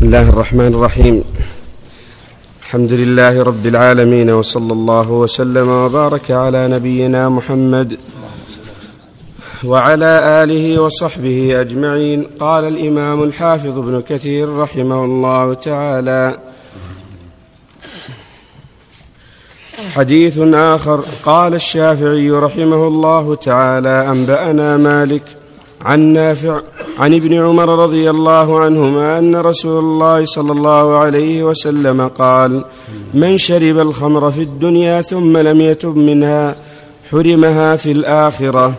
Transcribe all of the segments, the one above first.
بسم الله الرحمن الرحيم. الحمد لله رب العالمين، وصلى الله وسلم وبارك على نبينا محمد وعلى آله وصحبه أجمعين. قال الإمام الحافظ ابن كثير رحمه الله تعالى: حديث آخر. قال الشافعي رحمه الله تعالى: أنبأنا مالك عن نافع عن ابن عمر رضي الله عنهما أن رسول الله صلى الله عليه وسلم قال: من شرب الخمر في الدنيا ثم لم يتب منها حرمها في الآخرة.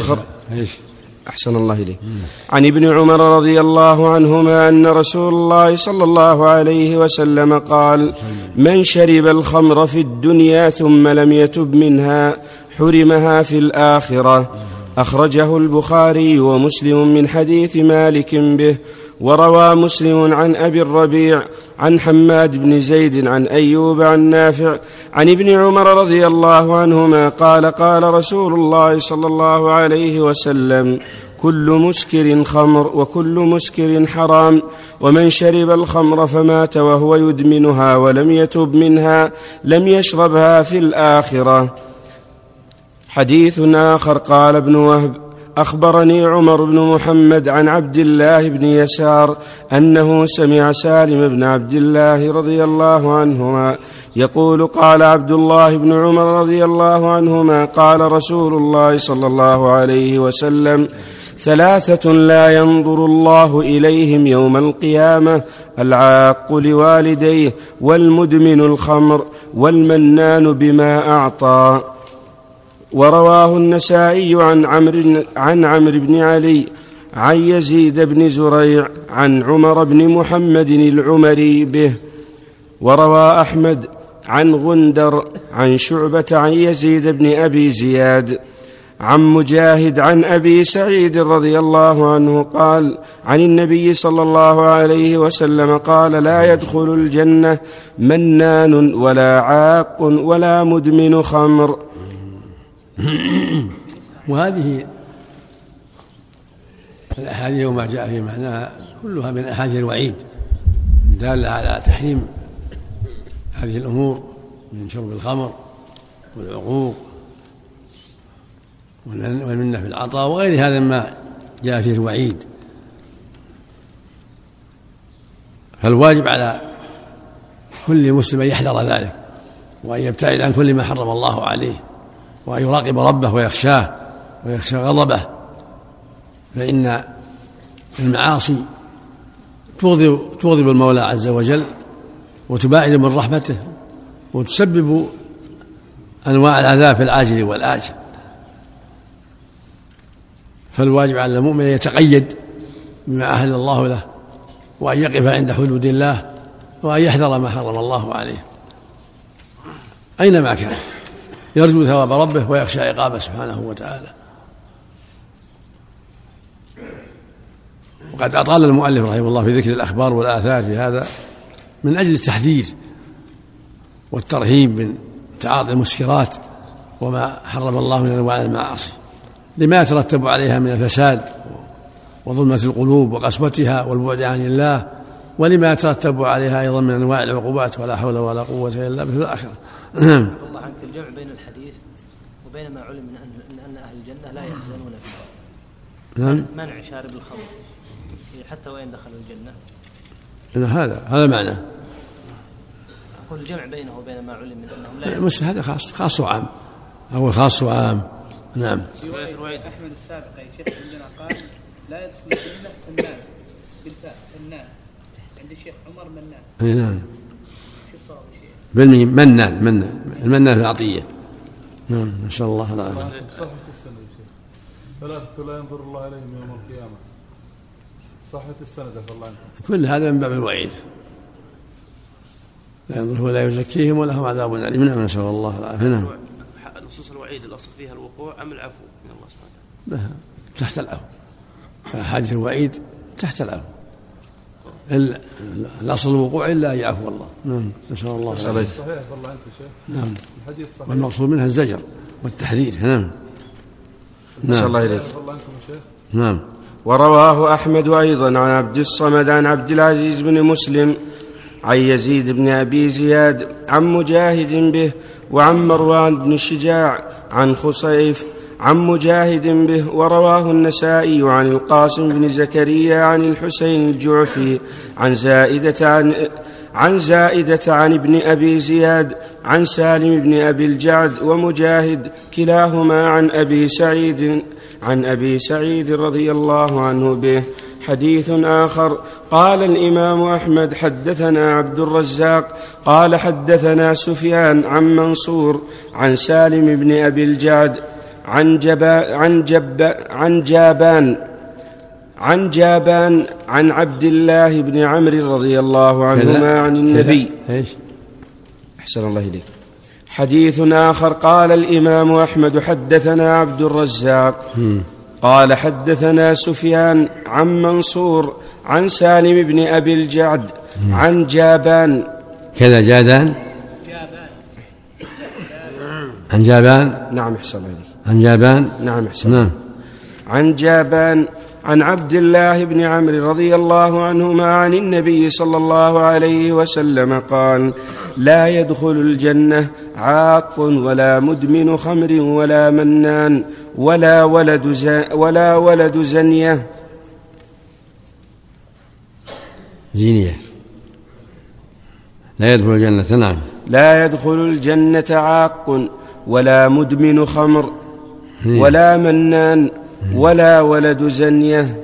أحسن الله إليه. عن ابن عمر رضي الله عنهما أن رسول الله صلى الله عليه وسلم قال: من شرب الخمر في الدنيا ثم لم يتب منها حرمها في الآخرة. أخرجه البخاري ومسلم من حديث مالك به. وروى مسلم عن أبي الربيع عن حماد بن زيد عن أيوب عن نافع عن ابن عمر رضي الله عنهما قال: قال رسول الله صلى الله عليه وسلم: كل مسكر خمر وكل مسكر حرام، ومن شرب الخمر فمات وهو يدمنها ولم يتب منها لم يشربها في الآخرة. حديث آخر. قال ابن وهب: أخبرني عمر بن محمد عن عبد الله بن يسار أنه سمع سالم بن عبد الله رضي الله عنهما يقول: قال عبد الله بن عمر رضي الله عنهما: قال رسول الله صلى الله عليه وسلم: ثلاثة لا ينظر الله إليهم يوم القيامة: العاق لوالديه، والمدمن الخمر، والمنان بما أعطى. ورواه النسائي عن عمرو بن علي عن يزيد بن زريع عن عمر بن محمد العمري به. وروى أحمد عن غندر عن شعبة عن يزيد بن أبي زياد عن مجاهد عن أبي سعيد رضي الله عنه قال: عن النبي صلى الله عليه وسلم قال: لا يدخل الجنة منان ولا عاق ولا مدمن خمر. وهذه الأحاديث وما جاء في معناها كلها من أحاديث الوعيد الدالة على تحريم هذه الأمور من شرب الخمر والعقوق والمنة في العطاء وغير هذا ما جاء فيه الوعيد. فالواجب على كل مسلم أن يحذر ذلك وأن يبتعد عن كل ما حرم الله عليه، وأن يراقب ربه ويخشاه ويخشى غضبه، فإن المعاصي تغضب المولى عز وجل وتباعد من رحمته وتسبب أنواع العذاب في العاجل والآجل. فالواجب على المؤمن أن يتقيد بما أحل الله له، وأن يقف عند حدود الله، وأن يحذر ما حرم الله عليه أينما كان، يرجو ثواب ربه ويخشى عقابه سبحانه وتعالى. وقد أطال المؤلف رحمه الله في ذكر الأخبار والآثار في هذا من أجل التحذير والترهيب من تعاطي المسكرات وما حرم الله من أنواع المعاصي لما يترتب عليها من الفساد وظلمة القلوب وقسوتها والبعد عن الله، ولما يترتب عليها أيضا من أنواع العقوبات، ولا حول ولا قوة إلا بالله الآخرة. الله عنك الجمع بين الحديث وبين ما علم من أن أهل الجنة لا يحزنون فيها. منع شارب الخمر حتى وإن دخلوا الجنة. هذا معنى. أقول الجمع بينه وبين ما علم من أنهم لا يحزنون. مش هذا خاص وعام، أول خاص وعام. نعم. رواية أحمد السابقة يا شيخ عندنا قال: لا يدخل الجنة فنان بالفاء، فنان عند الشيخ عمر منان. نعم. شو الصواب يا شيخ؟ بالميم منان، المنان في العطية. نعم ما شاء الله. صحة السنة يا شيخ. ثلاثة لا ينظر الله إليهم يوم القيامة. صحة السنة الله عنه. كل هذا من باب الوعيد، لا ينظر ولا يزكيهم ولهم عذاب أليم. نعم نسأل الله العافية. نعم. نصوص الوعيد الأصل فيها الوقوع أم العفو من الله سبحانه وتعالى؟ تحت العفو. حادث الوعيد تحت العفو، الأصل الوقوع إلا أن يعفو الله. نعم نسأل الله العافية. صحيح والله أنت شيخ. نعم. الحديث صحيح. والمقصود منها الزجر والتحذير. نعم. نسأل الله إليك. والله أنتم شيخ. نعم. ورواه أحمد أيضا عن عبد الصمد عن عبد العزيز بن مسلم عن يزيد بن أبي زياد عن مجاهد به، وعن مروان بن الشجاع عن خصيف عن مجاهد به. ورواه النسائي عن القاسم بن زكريا عن الحسين الجعفي عن زائدة عن ابن أبي زياد عن سالم بن أبي الجعد ومجاهد كلاهما عن أبي سعيد رضي الله عنه به. حديث آخر. قال الإمام أحمد حدثنا عبد الرزاق قال حدثنا سفيان عن منصور عن سالم بن أبي الجعد عن جابان عن عبد الله بن عمرو رضي الله عنهما عن النبي. أحسن الله إليك. حديث آخر. قال الإمام أحمد حدثنا عبد الرزاق قال حدثنا سفيان عن منصور عن سالم بن أبي الجعد عن جابان كذا جادان عن جابان. نعم أحسن الله إليك. عن جابان. نعم أحسن. عن جابان عن عبد الله بن عمرو رضي الله عنهما عن النبي صلى الله عليه وسلم قال: لا يدخل الجنة عاق ولا مدمن خمر ولا منان ولا ولد زنية. لا يدخل الجنة. نعم. لا يدخل الجنة عاق ولا مدمن خمر ولا منان ولا ولد زنية.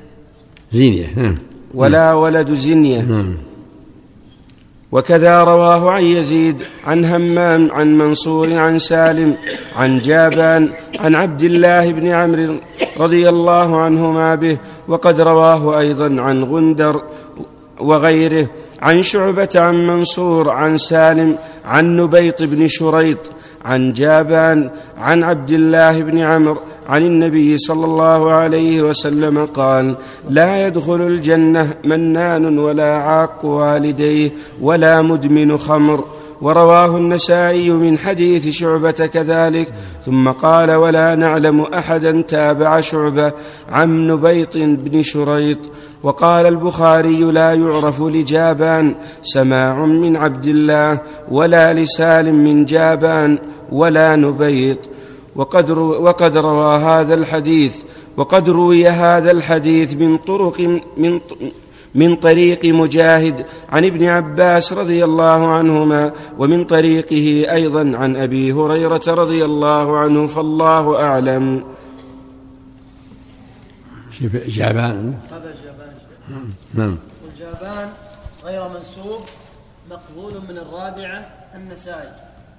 ولا ولد زنية. وكذا رواه عن يزيد عن همام عن منصور عن سالم عن جابان عن عبد الله بن عمرو رضي الله عنهما به. وقد رواه أيضا عن غندر وغيره عن شعبة عن منصور عن سالم عن نبيط بن شريط عن جابان عن عبد الله بن عمرو عن النبي صلى الله عليه وسلم قال: لا يدخل الجنة منان ولا عاق والديه ولا مدمن خمر. ورواه النسائي من حديث شعبة كذلك. ثم قال: ولا نعلم أحدا تابع شعبة عن نبيط بن شريط. وقال البخاري: لا يعرف لجابان سماع من عبد الله ولا لسالم من جابان ولا نبيط. وقد روي هذا الحديث من طريق مجاهد عن ابن عباس رضي الله عنهما، ومن طريقه أيضا عن أبي هريرة رضي الله عنه، فالله أعلم. جابان. هذا الجابان. نعم. والجابان غير منسوب مقبول من الرابعة النسائي.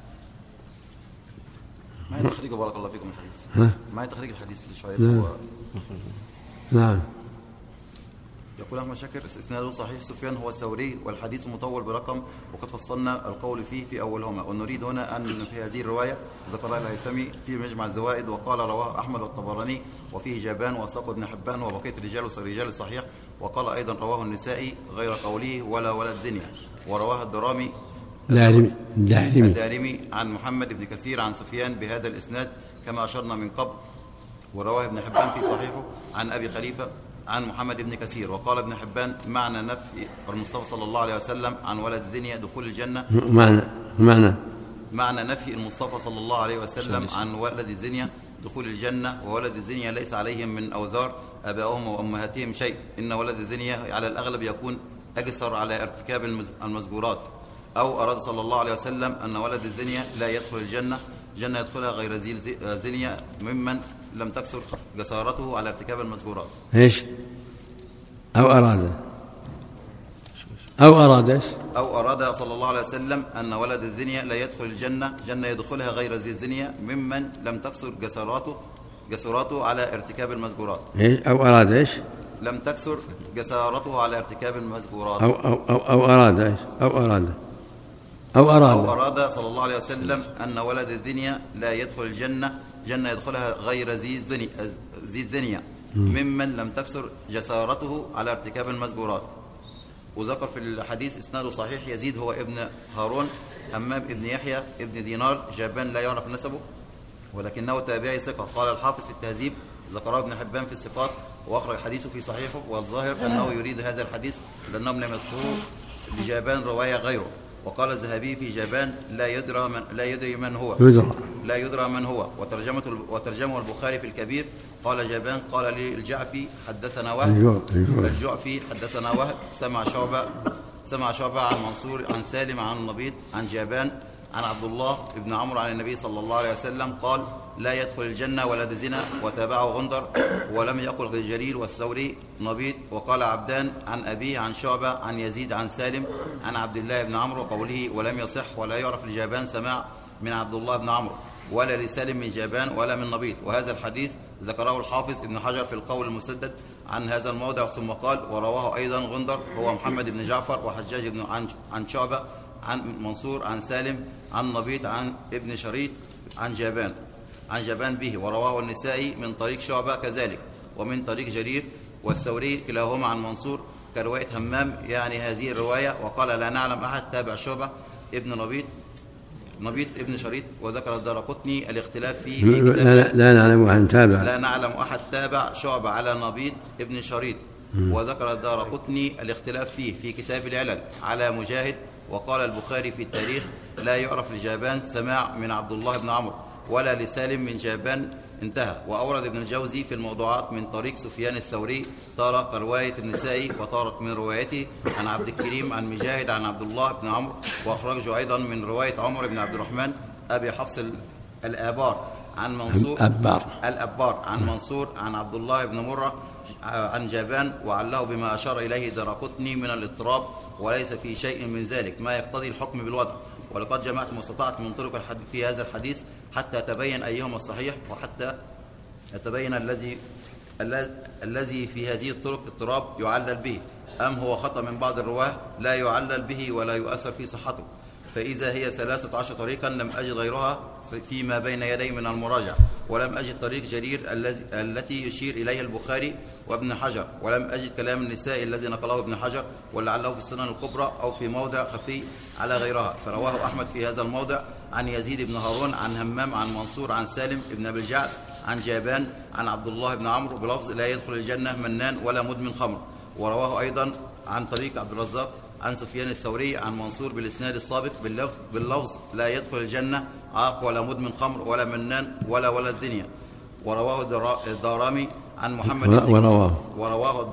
ما هي تخريج بارك الله فيكم الحديث؟ ما هي تخريج الحديث لشعيب؟ نعم. يقول أحمد شاكر: إسناده صحيح. سفيان هو الثوري، والحديث مطول برقم، وقد فصلنا القول فيه في أولهما. ونريد هنا أن في هذه الرواية ذكرها الهيثمي في مجمع الزوائد، وقال: رواه أحمد والطبراني، وفيه جابان وثقه ابن حبان وبقية رجال الصحيح. وقال أيضا: رواه النسائي غير قوله ولا ولد زنية. ورواه الدارمي عن محمد بن كثير عن سفيان بهذا الإسناد كما أشرنا من قبل. ورواه ابن حبان في صحيحه عن أبي خليفة عن محمد بن كثير. وقال ابن حبان: معنى نفي المصطفى صلى الله عليه وسلم عن ولد الزنية دخول الجنة، معنى نفي المصطفى صلى الله عليه وسلم عن ولد الزنية دخول الجنة، وولد الزنية ليس عليهم من أوزار أبائهم وأمهاتهم شيء. إن ولد الزنية على الأغلب يكون أجسر على ارتكاب المذكورات. أو أراد صلى الله عليه وسلم أن ولد الزنية لا يدخل الجنة، جنة يدخلها غير ذي زنية ممن لم تكسر جسارته على ارتكاب المذكورات. ايش؟ أو أراد صلى الله عليه وسلم أن ولد الزنية لا يدخل الجنة، جنة يدخلها غير ذي الزنية ممن لم تكسر جسارته على ارتكاب المذكورات. أو أراد ايش؟ لم تكسر جسارته على ارتكاب المذكورات. أو أراد صلى الله عليه وسلم أن ولد الزنية لا يدخل الجنة، جنة يدخلها غير ذي الزنية ممن لم تكسر جسارته على ارتكاب المذكورات. وذكر في الحديث إسناده صحيح. يزيد هو ابن هارون، همام ابن يحيى ابن دينار، جابان لا يعرف نسبه ولكنه تابعي ثقة. قال الحافظ في التهذيب: ذكره ابن حبان في الثقات وأخرج حديثه في صحيحه، والظاهر أنه يريد هذا الحديث لأنهم لم يذكروا لجابان رواية غيره. وقال الذهبي في جابان لا يدري من هو وترجمه البخاري في الكبير. قال جابان قال لي الجعفي حدثنا وهب سمع شعبة عن منصور عن سالم عن النبيط عن جابان عن عبد الله بن عمرو عن النبي صلى الله عليه وسلم قال لا يدخل الجنة ولد زنا، وتابعه غندر. ولم يقل جرير والثوري نبيط. وقال عبدان عن أبيه عن شعبة عن يزيد عن سالم عن عبد الله بن عمرو قوله ولم يصح ولا يعرف لجابان سماع من عبد الله بن عمرو ولا لسالم من جابان ولا من نبيط. وهذا الحديث ذكره الحافظ ابن حجر في القول المسدد عن هذا الموضع، ثم قال ورواه أيضا غندر هو محمد بن جعفر وحجاج بن عن شعبة عن منصور عن سالم عن نبيط عن ابن شريط عن جابان به. ورواه النسائي من طريق شعبة كذلك ومن طريق جرير والثوري كلاهما عن منصور كرواية همام يعني هذه الرواية. وقال لا نعلم أحد تابع شعبة ابن نبيط ابن شريط. وذكر الدارقطني الاختلاف فيه لا نعلم أحد تابع شعبة على نبيط ابن شريط. وذكر الدارقطني الاختلاف فيه في كتاب العلل على مجاهد. وقال البخاري في التاريخ لا يعرف لجابان سماع من عبد الله بن عمرو ولا لسالم من جابان انتهى. وأورد ابن الجوزي في الموضوعات من طريق سفيان الثوري تارة كرواية النسائي وتارة من روايته عن عبد الكريم عن مجاهد عن عبد الله بن عمرو. وأخرجه أيضا من رواية عمر بن عبد الرحمن أبي حفص الآبار عن منصور عن منصور عن عبد الله بن مرة عن جابان وعله بما أشار إليه دارقطني من الاضطراب، وليس في شيء من ذلك ما يقتضي الحكم بالوضع. ولقد جمعت ما استطعت من طرق الحديث في هذا الحديث حتى تبين أيهما الصحيح، وحتى يتبين الذي في هذه الطرق اضطراب يعلل به أم هو خطأ من بعض الرواه لا يعلل به ولا يؤثر في صحته. فإذا هي 13 طريقا لم أجد غيرها فيما بين يدي من المراجع، ولم أجد طريق جرير التي يشير إليها البخاري وابن حجر، ولم أجد كلام النساء الذي نقله ابن حجر ولعله في السنن الكبرى أو في موضع خفي على غيرها. فرواه أحمد في هذا الموضع عن يزيد بن هارون عن همام عن منصور عن سالم بن أبي الجعد عن جابان عن عبد الله بن عمرو بلفظ لا يدخل الجنة منان ولا مدمن خمر. ورواه أيضا عن طريق عبد الرزاق عن سفيان الثوري عن منصور بالإسناد السابق باللفظ لا يدخل الجنة عاق ولا مدمن خمر ولا منان ولا ولد دنيا. ورواه الدارمي عن محمد ورواه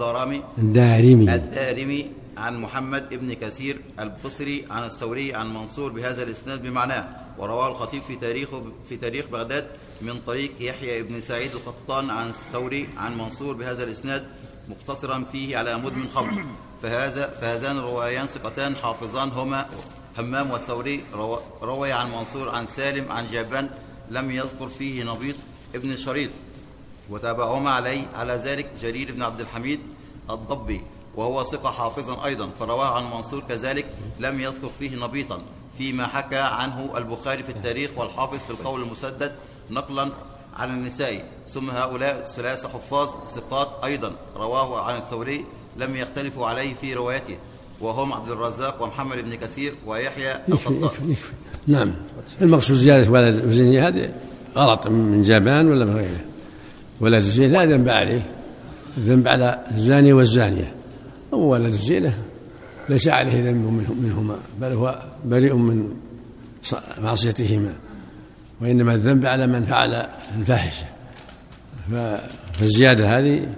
الدارمي عن محمد ابن كثير البصري عن الثوري عن منصور بهذا الإسناد بمعناه. ورواه الخطيب في تاريخ بغداد من طريق يحيى ابن سعيد القطان عن الثوري عن منصور بهذا الإسناد مقتصرا فيه على مدمن خمر. فهذان الروايان ثقتان حافظان هما همام والثوري. روي عن منصور عن سالم عن جابان لم يذكر فيه نبيط ابن شريط. وتابعهما على ذلك جرير بن عبد الحميد الضبي وهو ثقة حافظا أيضا، فرواه عن منصور كذلك لم يذكر فيه نبيطا فيما حكى عنه البخاري في التاريخ والحافظ في القول المسدد نقلا عن النسائي. ثم هؤلاء ثلاثة حفاظ ثقات أيضا رواه عن الثوري لم يختلفوا عليه في روايته، وهم عبد الرزاق ومحمد بن كثير ويحيى القطان. نعم، المقصود زيادة ولد الزنية هذه غلط من جابان ولا من غيره. ولد الزنا لا ذنب عليه، الذنب على الزاني والزانية. ولد الزنا ليس عليه ذنب منهما، بل هو بريء من معصيتهما، وإنما الذنب على من فعل الفاحشة. فالزيادة هذه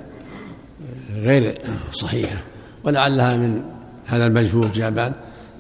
غير صحيحة، ولعلها من هذا المجهول جابان.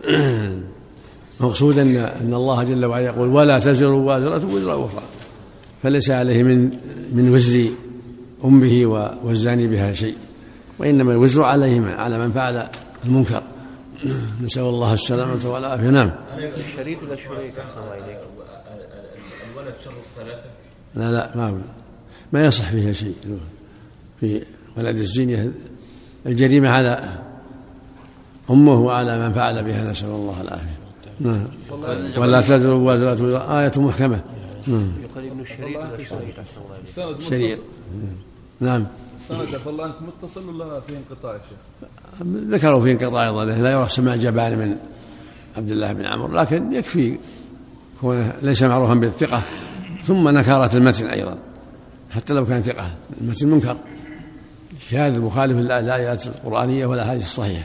مقصود أن الله جل وعلا يقول ولا تزر وازرة وزر أخرى، فليس عليه من وزر أمه والزاني بها شيء، وإنما الوزر عليهما على من فعل المنكر. نسأل الله السلامة والعافية. نعم. الشريك ولا الشريك أحسن إليك؟ الولد شر الثلاثة؟ لا ما يصح فيها شيء. في ولد الزنا الجريمة على أمه وعلى من فعل بها، نسأل الله العافية. نعم. ولا تزر وازرة وزر آية محكمة. يقال ابن الشريك ولا الشريك أحسن شريك. نعم. السند والله أنت متصل ولا في انقطاع يا شيخ؟ ذكروا في انقطاع أيضا، لا يروح سماع جبان من عبد الله بن عمرو، لكن يكفي كونه ليس معروفا بالثقة، ثم نكارة المتن أيضا حتى لو كان ثقة المتن منكر الشهادة المخالف للآيات القرآنية والأحاديث الصحيحة.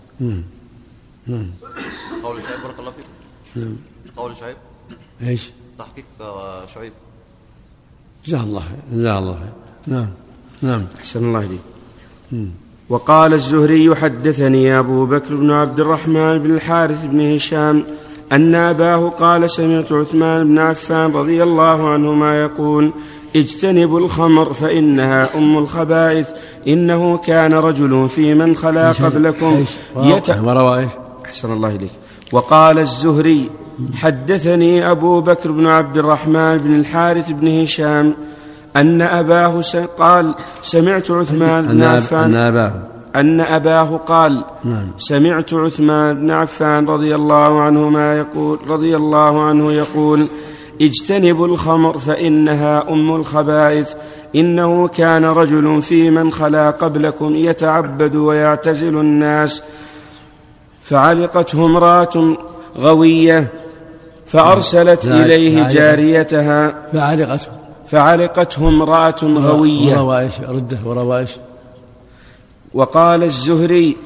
قول شعيب بارك الله فيك. قول شعيب ايش؟ تحقيق شعيب. جزاه الله خير. جزاه الله خير. نعم. أحسن الله إليك. وقال الزهري حدثني أبو بكر بن عبد الرحمن بن الحارث بن هشام أن أباه قال سمعت عثمان بن عفان رضي الله عنهما يقول اجتنبوا الخمر فإنها أم الخبائث إنه كان رجل في من خلا قبلكم أحسن الله إليك. وقال الزهري حدثني أبو بكر بن عبد الرحمن بن الحارث بن هشام أن أباه قال سمعت عثمان بن عفان أن أباه قال سمعت عثمان بن عفان رضي الله عنه يقول اجتنبوا الخمر فإنها أم الخبائث إنه كان رجل في من خلا قبلكم يتعبد ويعتزل الناس فعلقته امرأة غوية فأرسلت إليه جاريتها فعلقته امرأة غوية. وقال الزهري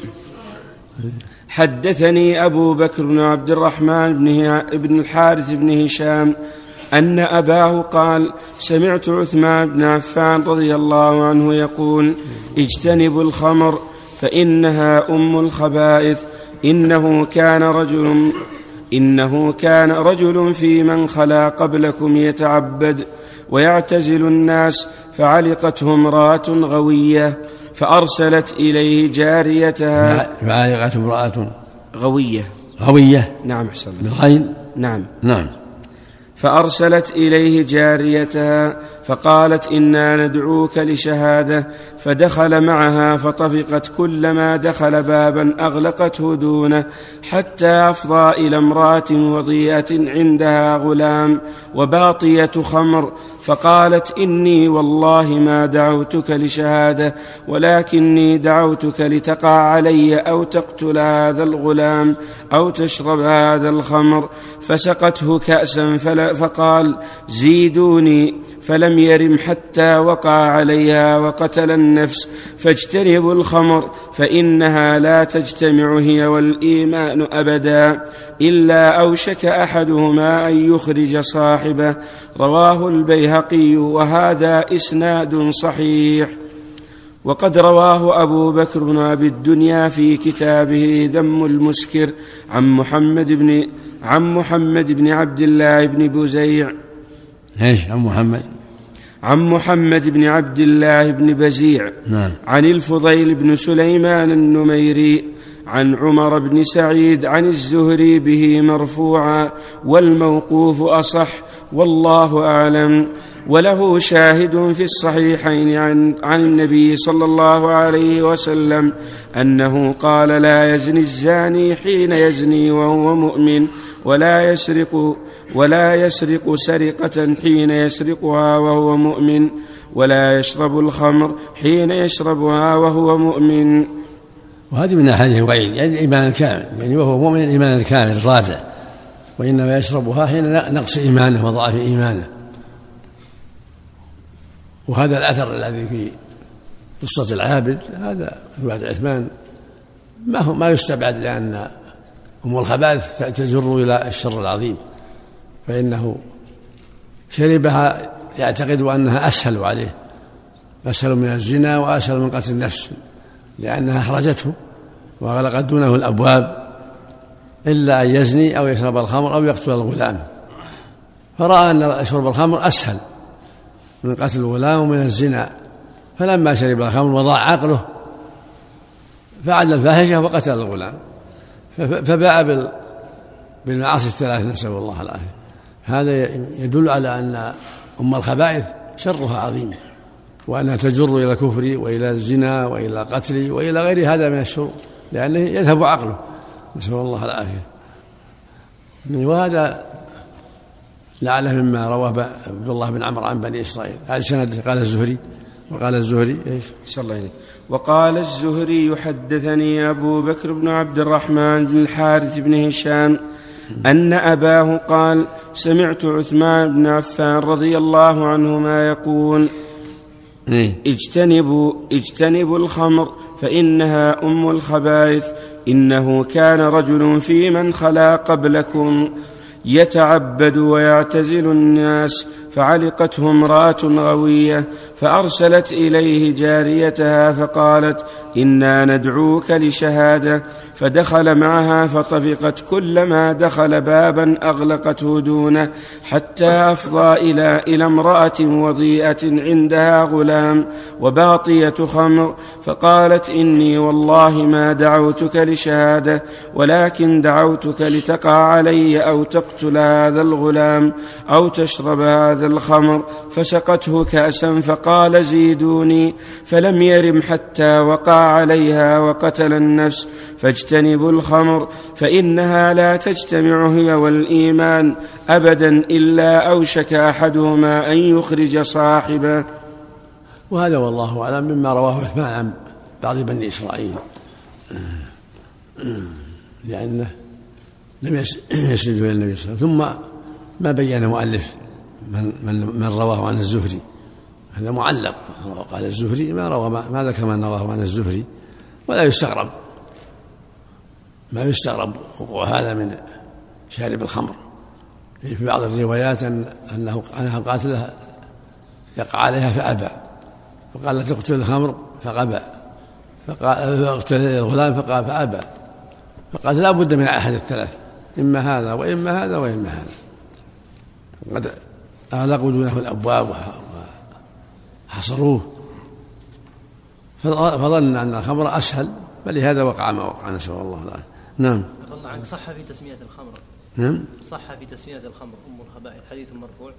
حدثني أبو بكر بن عبد الرحمن بن الحارث بن هشام أن أباه قال سمعت عثمان بن عفان رضي الله عنه يقول اجتنبوا الخمر فإنها أم الخبائث إنه كان رجل في من خلا قبلكم يتعبد ويعتزل الناس فعلقته امرأة غوية فأرسلت إليه جاريتها. فعلقته امرأة غوية. نعم أحسن. بالغين. نعم. فأرسلت إليه جاريتها فقالت إنا ندعوك لشهادة فدخل معها فطفقت كلما دخل بابا أغلقته دونه حتى أفضى إلى امرأة وضيئة عندها غلام وباطية خمر فقالت إني والله ما دعوتك لشهادة ولكني دعوتك لتقع علي أو تقتل هذا الغلام أو تشرب هذا الخمر فسقته كأسا فقال زيدوني فلم يرم حتى وقع عليها وقتل النفس فاجتنبوا الخمر فإنها لا تجتمع هي والإيمان أبدا إلا أوشك أحدهما أن يخرج صاحبه. رواه البيهقي وهذا إسناد صحيح. وقد رواه أبو بكر بن أبي الدنيا في كتابه ذم المسكر عن محمد بن عبد الله بن بزيع. عن محمد بن عبد الله بن بزيع. عن الفضيل بن سليمان النميري عن عمر بن سعيد عن الزهري به مرفوعا والموقوف أصح والله أعلم. وله شاهد في الصحيحين عن النبي صلى الله عليه وسلم أنه قال لا يزني الزاني حين يزني وهو مؤمن ولا يسرق سرقة حين يسرقها وهو مؤمن ولا يشرب الخمر حين يشربها وهو مؤمن. وهذه من أحاديث الوعيد يعني الإيمان الكامل يعني وهو مؤمن الإيمان الكامل الرادع وإنما يشربها حين نقص إيمانه وضعف إيمانه. وهذا الأثر الذي في قصة العابد هذا بعد عثمان ما يستبعد لأن أم الخبائث تجر إلى الشر العظيم فإنه شربها يعتقد أنها أسهل عليه أسهل من الزنا وأسهل من قتل النفس لأنها أحرجته وغلقت دونه الأبواب إلا أن يزني أو يشرب الخمر أو يقتل الغلام فرأى أن شرب الخمر أسهل من قتل الغلام ومن الزنا فلما شرب الخمر وضاع عقله فعل الفاحشة وقتل الغلام فباء بالمعاصي الثلاث نسأل الله العافية. هذا يدل على أن أم الخبائث شرها عظيم وأنها تجر إلى الكفر وإلى الزنا وإلى قتل وإلى غير هذا من الشر لأنه يذهب عقله نسأل الله العافية. وهذا لعله مما رواه عبد الله بن عمرو عن بني إسرائيل. هذا سند وقال الزهري إيش؟ وقال الزهري حدثني أبو بكر بن عبد الرحمن بن الحارث بن هشام أن أباه قال سمعت عثمان بن عفان رضي الله عنهما يقول اجتنبوا الخمر فإنها أم الخبائث. إنه كان رجل في من خلا قبلكم يتعبد ويعتزل الناس، فعلقته امرأة غوية فأرسلت إليه جاريتها فقالت: إنا ندعوك لشهادة. فدخل معها فطفقت، كلما دخل بابا أغلقته دونه، حتى أفضى إلى امرأة وضيئة عندها غلام وباطية خمر، فقالت: إني والله ما دعوتك لشهادة، ولكن دعوتك لتقع علي أو تقتل هذا الغلام أو تشرب هذا الخمر. فسقته كأسا فقال: زيدوني، فلم يرم حتى وقع عليها وقتل النفس. فاجتنبوا الخمر فإنها لا تجتمع هي والإيمان أبدا إلا أوشك أحدهما أن يخرج صاحبه. وهذا والله أعلم مما رواه عثمان عن بعض بني إسرائيل، لأنه لم يسنده إلى النبي صلى الله عليه وسلم. ثم ما بين مؤلف من رواه عن الزهري، هذا معلق، قال الزهري ما ذكر من رواه عن الزهري، ولا يستغرب، ما يستغرب وقوع هذا من شارب الخمر. في بعض الروايات أنها قالت له يقع عليها فأبى، فقال لا تقتل الخمر فأبى، فقتل الغلام فقال فأبى، فقال لا بد من أحد الثلاث، إما هذا وإما هذا وإما هذا. قد أغلقوا دونه الأبواب وحصروه، فظن أن الخمر أسهل، فلهذا وقع ما وقع، نسأل الله العافية. نعم. صح في تسمية الخمر. نعم. صح في تسمية الخمر أم الخبائث حديث مرفوع.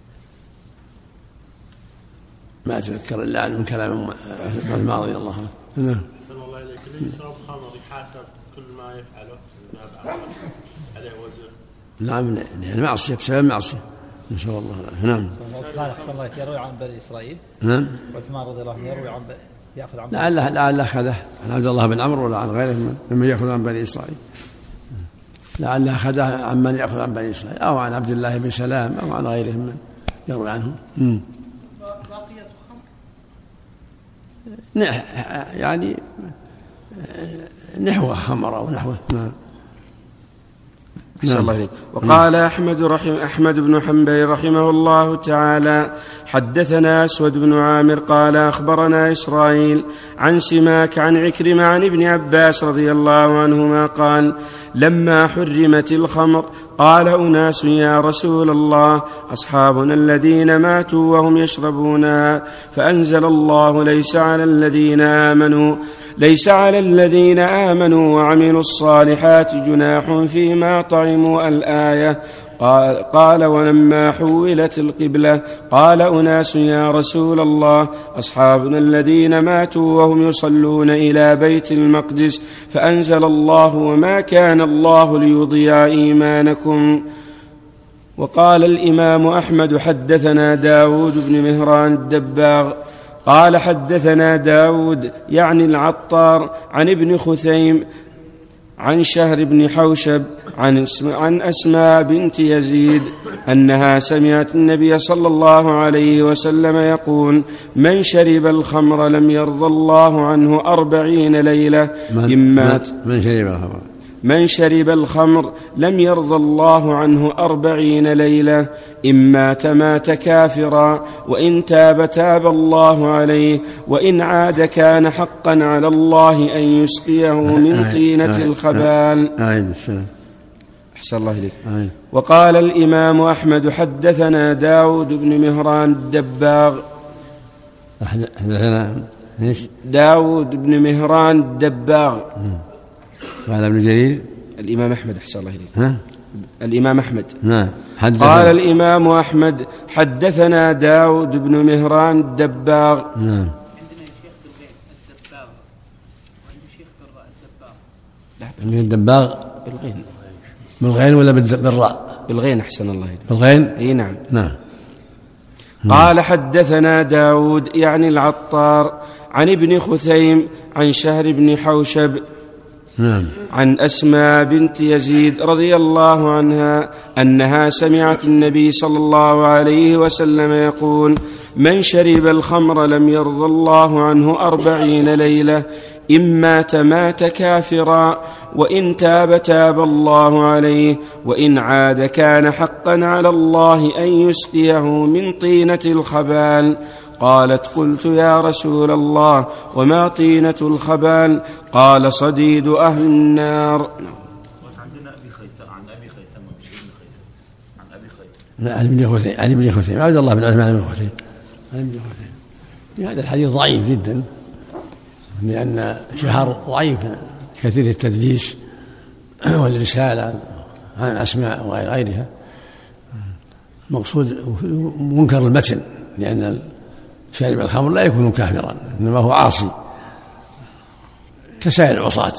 ما أتذكر إلا من كلام عثمان رضي الله عنه. نعم. أحسن الله إليك. اللي يشرب خمر يحاسب كل ما يفعله عليه وزر. نعم، لأن معصية بسبب معصية، نسأل الله العافية. نعم. عثمان أحسن الله يروي عن بني إسرائيل. نعم. عثمان رضي الله عنه يروي عن يأخذ عن لعله أخذه عن عبد الله بن عمرو ولا عن غيره ممن يأخذ عن بني إسرائيل، لعله أخذه عن من يأخذ عن بني إسرائيل، أو عن عبد الله بن سلام أو عن غيرهم من يروي عنه. يعني نحو خمر أو نحوه. نعم. نعم. وقال أحمد بن حنبل رحمه الله تعالى: حدثنا أسود بن عامر قال أخبرنا إسرائيل عن سماك عن عكرمة عن ابن عباس رضي الله عنهما قال: لما حرمت الخمر قال أناس: يا رسول الله، أصحابنا الذين ماتوا وهم يشربونها، فأنزل الله: ليس على الذين آمنوا وعملوا الصالحات جناح فيما طعموا الآية. قال: ولما حولت القبلة قال أناس: يا رسول الله، أصحابنا الذين ماتوا وهم يصلون إلى بيت المقدس، فأنزل الله: وما كان الله ليضيع إيمانكم. وقال الإمام أحمد: حدثنا داود بن مهران الدباغ قال حدثنا داود يعني العطار عن ابن خثيم عن شهر بن حوشب عن أسماء بنت يزيد أنها سمعت النبي صلى الله عليه وسلم يقول: من شرب الخمر لم يرضى الله عنه 40 ليلة. من شرب الخمر لم يرضى الله عنه 40 ليلة، إما مات كافرا، وإن تاب الله عليه، وإن عاد كان حقا على الله أن يسقيه من طينة الخبال. أحسن الله إليك. وقال الإمام أحمد: حدثنا داود بن مهران الدباغ. داود بن مهران الدباغ. قال ابن جرير الإمام أحمد. أحسن الله إليك. الإمام أحمد. قال الإمام أحمد: حدثنا داود بن مهران الدباغ. عندنا شيخ الدباغ وعندنا شيخ الدباغ بالغين. بالغين ولا بالراء؟ بالغين. أحسن الله إليك. بالغين. أي نعم. قال: حدثنا داود يعني العطار عن ابن خثيم عن شهر بن حوشب عن أسماء بنت يزيد رضي الله عنها أنها سمعت النبي صلى الله عليه وسلم يقول: من شرب الخمر لم يرضى الله عنه 40 ليلة، إن مات كافرا، وإن تاب الله عليه، وإن عاد كان حقا على الله أن يسقيه من طينة الخبال. قالت: قلت يا رسول الله وما طينة الخبال؟ قال: صديد أهل النار. عندنا أبي خيثمة، عن أبي خيثمة مش ابن خيثمة، عن أبي خيثمة. لا، علي بن خثيمة، عبد الله بن عثمان بن خثيمة. هذا الحديث ضعيف جدا، لأن شهر ضعيف كثير التدليس والرسالة عن أسماء وغير غيرها. مقصود منكر المتن، لأن شارب الخمر لا يكون كافرا، إنما هو عاصي كسائر العصاة.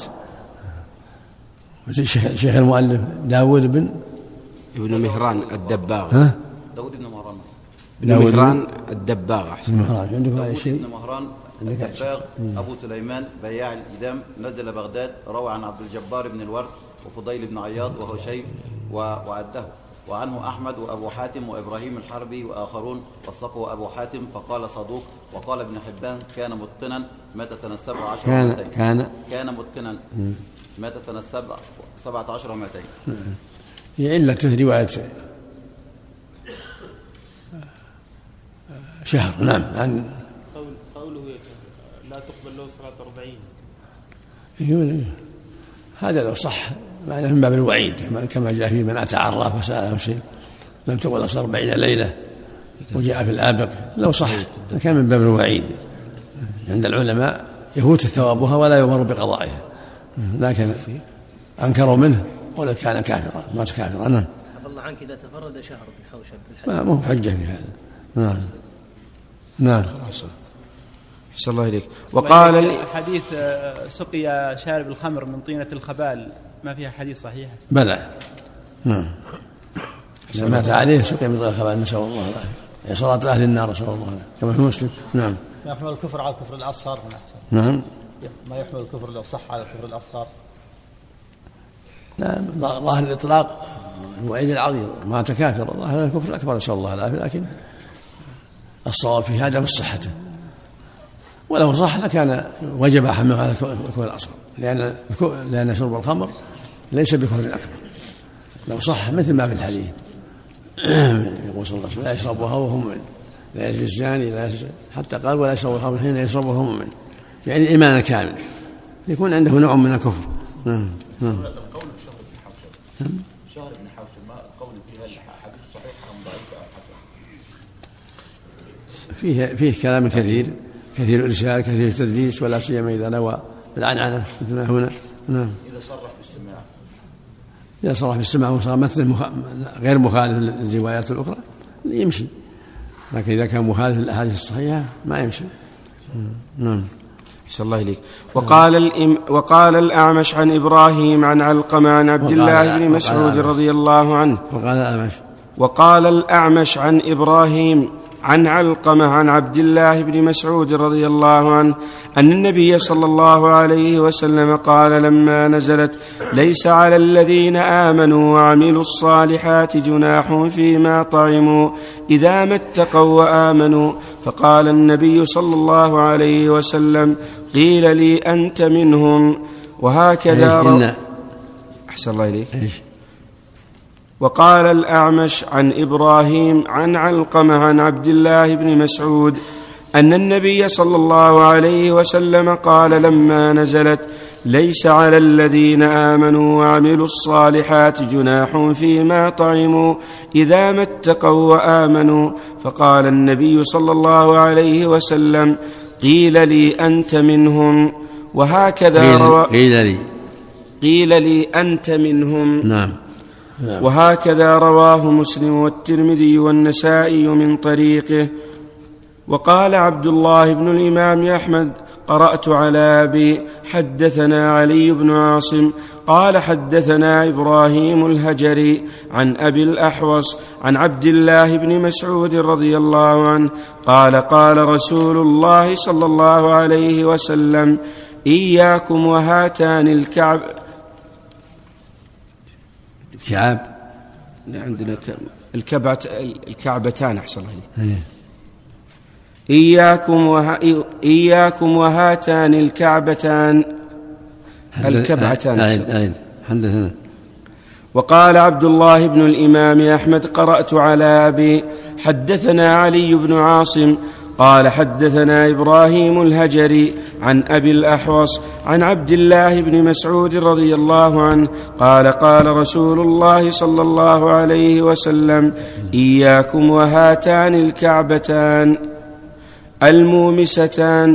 شيخ المؤلف داود بن مهران الدباغ. داود بن مهران. مهران الدباغ. عندكم هذا الشيء؟ بن مهران الدباغ أبو سليمان بياع الإدام، نزل بغداد، روى عن عبد الجبار بن الورد وفضيل بن عياض وهشيم وعده، وعنه أحمد وأبو حاتم وإبراهيم الحربي وآخرون، وصفه أبو حاتم فقال صدوق. وقال ابن حبان: كان متقنا، مات سنة 17 كان متقنا، مات سنة 17 و200. هي إلا رواية شهر. نعم. عن قوله لا تقبل له صلاة 40. هذا لو صح معناه من باب الوعيد، كما جاء في من أتى عراف فسأله شيء لم تقبل 40 ليلة، وجاء في الآبق. لو صح كان من باب الوعيد. عند العلماء يفوت ثوابها ولا يمر بقضائها، لكن أنكروا منه ولا كان كافرا، مات كافرا. نعم. عفى الله عنك، إذا تفرد شهر بن حوشب بالحديث ما هو حجة في هذا. نعم. نعم. صلى الله عليك. وقال حديث سقي شارب الخمر من طينة الخبال، ما فيها حديث صحيح؟ بلى. نعم. إذا مات عليه سقي من طينة الخبال، نسأل الله العافية. صلاة أهل النار، نسأل الله العافية، كما في مسلم. نعم. ما يحمل الكفر على الكفر الأصغر. نعم. ما يحمل الكفر لو صح على الكفر الأصغر. لا، ظاهر الإطلاق الوعيد العظيم، مات كافر، ظاهر الكفر الأكبر، نسأل الله العافية، لكن الصواب في هذا مصحته، ولو صح لكان وجب حمله على الكفر الأصغر، لأن شرب الخمر ليس بكفر أكبر. لو صح مثل ما في الحديث يقول صلى الله عليه وسلم: لا يشربها وهو مؤمن، لا يزني الزاني، حتى قال: ولا يشرب الخمر حين يشربه وهو مؤمن، يعني الإيمان الكامل، يكون عنده نوع من الكفر. قول شهر بن حوشب، ما قول فيها الحديث صحيح أم ضعيف أم حسن؟ فيه كلام كثير الإرسال، كثير التدليس، ولا سيما إذا نوى بالعنعنة مثل ما هنا. نعم. إذا صرح بالسماع وصار مثل غير مخالف للروايات الأخرى يمشي، لكن إذا كان مخالف للأحاديث الصحيحة ما يمشي. نعم. صلى الله عليك. وقال الأعمش عن إبراهيم عن علقمة عن عبد الله بن مسعود رضي الله عنه. وقال الأعمش عن إبراهيم عن علقمة عن عبد الله بن مسعود رضي الله عنه أن النبي صلى الله عليه وسلم قال لما نزلت: ليس على الذين آمنوا وعملوا الصالحات جناح فيما طعموا إذا ما اتقوا وآمنوا. فقال النبي صلى الله عليه وسلم: قيل لي أنت منهم. وهكذا أحسن الله إليك. وقال الأعمش عن إبراهيم عن علقمة عن عبد الله بن مسعود أن النبي صلى الله عليه وسلم قال لما نزلت: ليس على الذين آمنوا وعملوا الصالحات جناح فيما طعموا إذا ما اتقوا وآمنوا. فقال النبي صلى الله عليه وسلم: قيل لي أنت منهم. وهكذا قيل لي أنت منهم. نعم. وهكذا رواه مسلم والترمذي والنسائي من طريقه. وقال عبد الله بن الإمام أحمد: قرأت على أبي حدثنا علي بن عاصم قال حدثنا إبراهيم الهجري عن أبي الأحوص عن عبد الله بن مسعود رضي الله عنه قال: قال رسول الله صلى الله عليه وسلم: إياكم وهاتان الكعب. عندنا الكعبتان أحسن الله. إياكم وهاتان الكعبتان. حدثنا. وقال عبد الله بن الإمام أحمد: قرأت على أبي. حدثنا علي بن عاصم قال حدثنا إبراهيم الهجري عن أبي الأحوص عن عبد الله بن مسعود رضي الله عنه قال: قال رسول الله صلى الله عليه وسلم: إياكم وهاتان الكعبتان المومستان،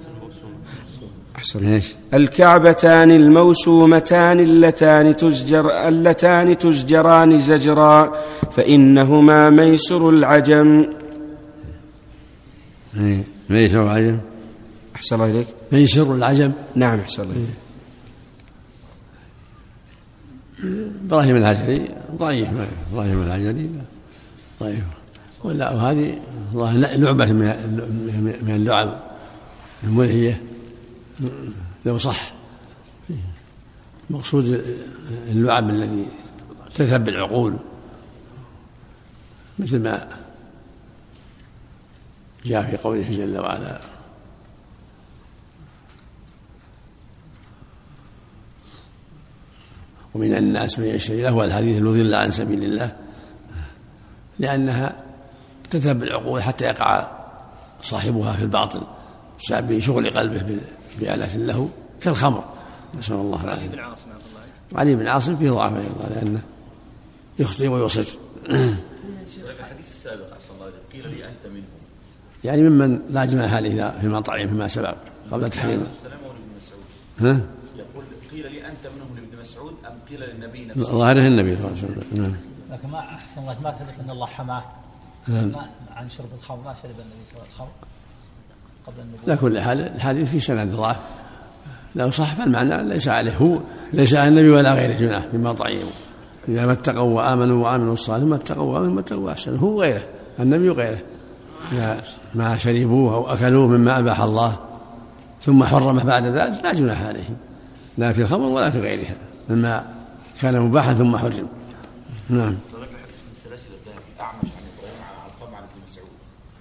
الكعبتان الموسومتان اللتان تزجران زجرا، فإنهما ميسر العجم. ميسر العجم. أحسن الله إليك. ميسر العجم. نعم أحسن الله إليك. إبراهيم الهجري ضعيف. إبراهيم الهجري ضعيف. وهذه لعبة من اللعب الملهية لو صح. مقصود اللعب الذي تذهب العقول، مثل ما جاء في قوله جل وعلا: ومن الناس من يشتري لهو الحديث ليضل عن سبيل الله، لأنها تذهب العقول حتى يقع صاحبها في الباطل بسبب شغل قلبه بآلات اللهو كالخمر، نسأل الله العافية. علي بن عاصم فيه ضعف أيضا لأنه يخطئ ويصر. الحديث السابق أحسن الله قيل لي أنت منهم، يعني ممن لا جناح عليه فيما طعم فيما سبق قبل تحريمه. ها؟ يقول قيل لي أنت منهم لابن مسعود أم قيل للنبي نفسه؟ ظاهره النبي صلى الله عليه وسلم. لكن ما أحسن الله ما ثبت أن الله حماه عن شرب الخمر، ما شرب النبي صلى الله عليه وسلم قبل النبوة. لا كل حال الحديث في سند ضعف، لو صح فالمعنى ليس عليه ليس على النبي ولا غيره جناح بما طعموا، إذا ما اتقوا وآمنوا وعملوا الصالحات ما اتقوا وآمنوا ما اتقوا أحسن، هو غيره النبي وغيره ما شربوه أو أكلوه مما أباح الله ثم حرمه بعد ذلك لا جناح عليهم، لا في الخمر ولا في غيرها مما كان مباحا ثم حرم. نعم. سلاسل الذهب الأعمش عن إبراهيم عن علقمة عن ابن مسعود،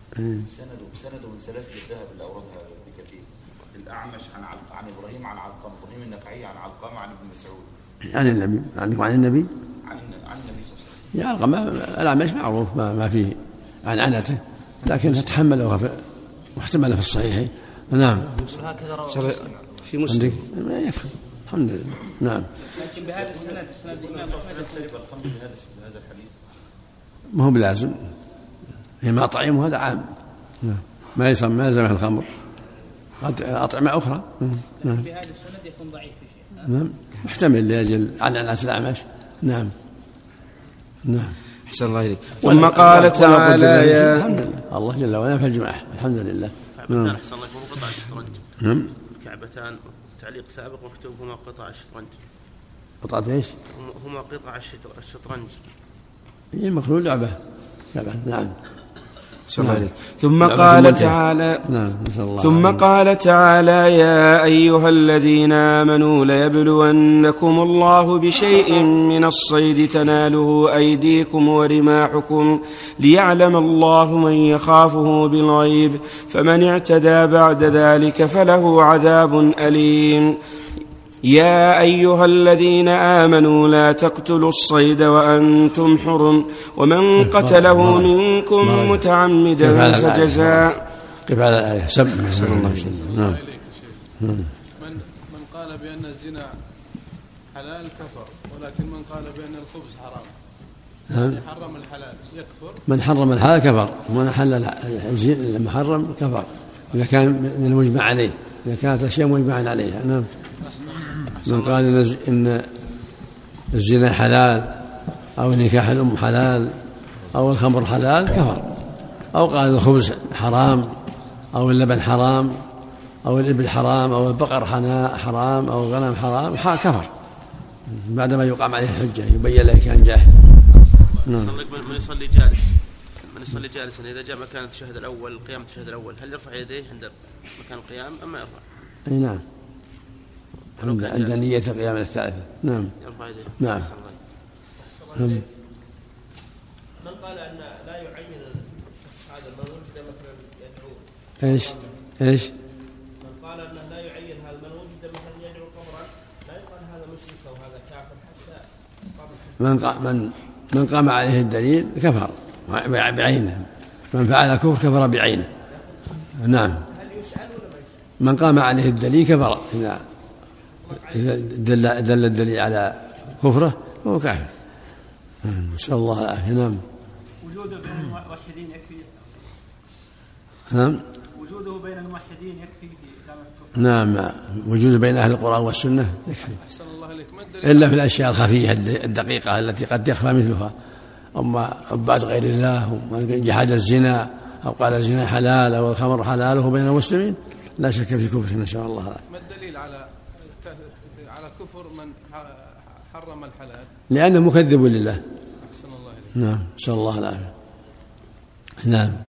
سند من سلاسل الذهب اللي أوردها بكثير. الأعمش عن إبراهيم عن علقمة، إبراهيم النخعي عن علقمة عن ابن مسعود عن النبي. عن النبي عن النبي صلى الله عليه وسلم. يا علقمة الأعمش معروف ما فيه عن عنته، لكنها تحملها محتملة في الصحيحين. نعم. في مسلم ما يفهم الحمد لله. نعم. لكن بهذا السند الإمام أحمد شرب الخمر بهذا الحديث ما هو بلازم، هي ما طعيم هذا عام. نعم. ما يلزمه الخمر، قد أطعمة أخرى. نعم. بهذا السند يكون ضعيف في شيء. نعم محتمل لأجل عنعنة الأعمش. نعم. نعم. أحسن الله إليك. ثم قال تعالى: يا الحمد لله الله جل وعلا في الجماعة الحمد لله. كعبتان أحسن الله يكون قطع الشطرنج. نعم. كعبتان تعليق سابق مكتوب هما قطع الشطرنج. قطعة ايش؟ هما قطع الشطرنج. هي مخلوق لعبة. نعم. ثم قال تعالى: ثم قال تعالى: يا أيها الذين آمنوا ليبلونكم الله بشيء من الصيد تناله أيديكم ورماحكم ليعلم الله من يخافه بالغيب، فمن اعتدى بعد ذلك فله عذاب أليم. يا أيها الذين آمنوا لا تقتلوا الصيد وأنتم حرم، ومن قتله منكم متعمدا فجزاء. كيف على الآية؟ سبح صلى الله عليه وسلم. نعم. من قال بأن الزنا حلال كفر، ولكن من قال بأن الخبز حرام حرم الحلال يكفر. من حرم الحلال كفر، ومن حل المحرم كفر إذا كان من المجمع عليه، إذا كانت أشياء مجمعا عليها. نعم. من قال إن الزنا حلال أو نكاح الأم حلال أو الخمر حلال كفر، أو قال الخبز حرام أو اللبن حرام أو الإبل حرام أو البقر حرام أو الغنم حرام كفر بعدما يقام عليه الحجة يبين له كان جاهل. من يصلي جالس، من يصلي جالسا إذا جاء مكان التشهد الأول قيام التشهد الأول هل يرفع يديه عند مكان القيام أم ما يرفع؟ أي نعم عند نية القيام الثالثة. نعم. نعم. من قال أن لا يعين الشخص هذا المنهج مثلا يدعو ايش؟ من قال انه لا يعين هذا، من وجد مثلا يدعو قبرا لا يقال هذا مشرك او هذا كافر حتى من قام عليه الدليل كفر بعينه، من فعل كفر كفر بعينه. نعم. هل يسأل ولا ما يسأل؟ من قام عليه الدليل كفر إذا دل الدليل على كفره فهو كافر. نسأل الله العافية. نعم. وجوده بين الموحدين يكفي. نعم. وجوده بين الموحدين يكفي في إقامة الكفر. نعم، وجوده بين أهل القرآن والسنة يكفي، إلا في الأشياء الخفية الدقيقة التي قد يخفى مثلها، أما عباد غير الله ومن جحد الزنا أو قال الزنا حلال أو الخمر حلاله بين المسلمين لا شك في كفر. إن شاء الله. ما الدليل على كفر من حرم الحلال؟ لأنه مكذب لله. أحسن الله إليك. نعم، نسأل الله العافية. نعم.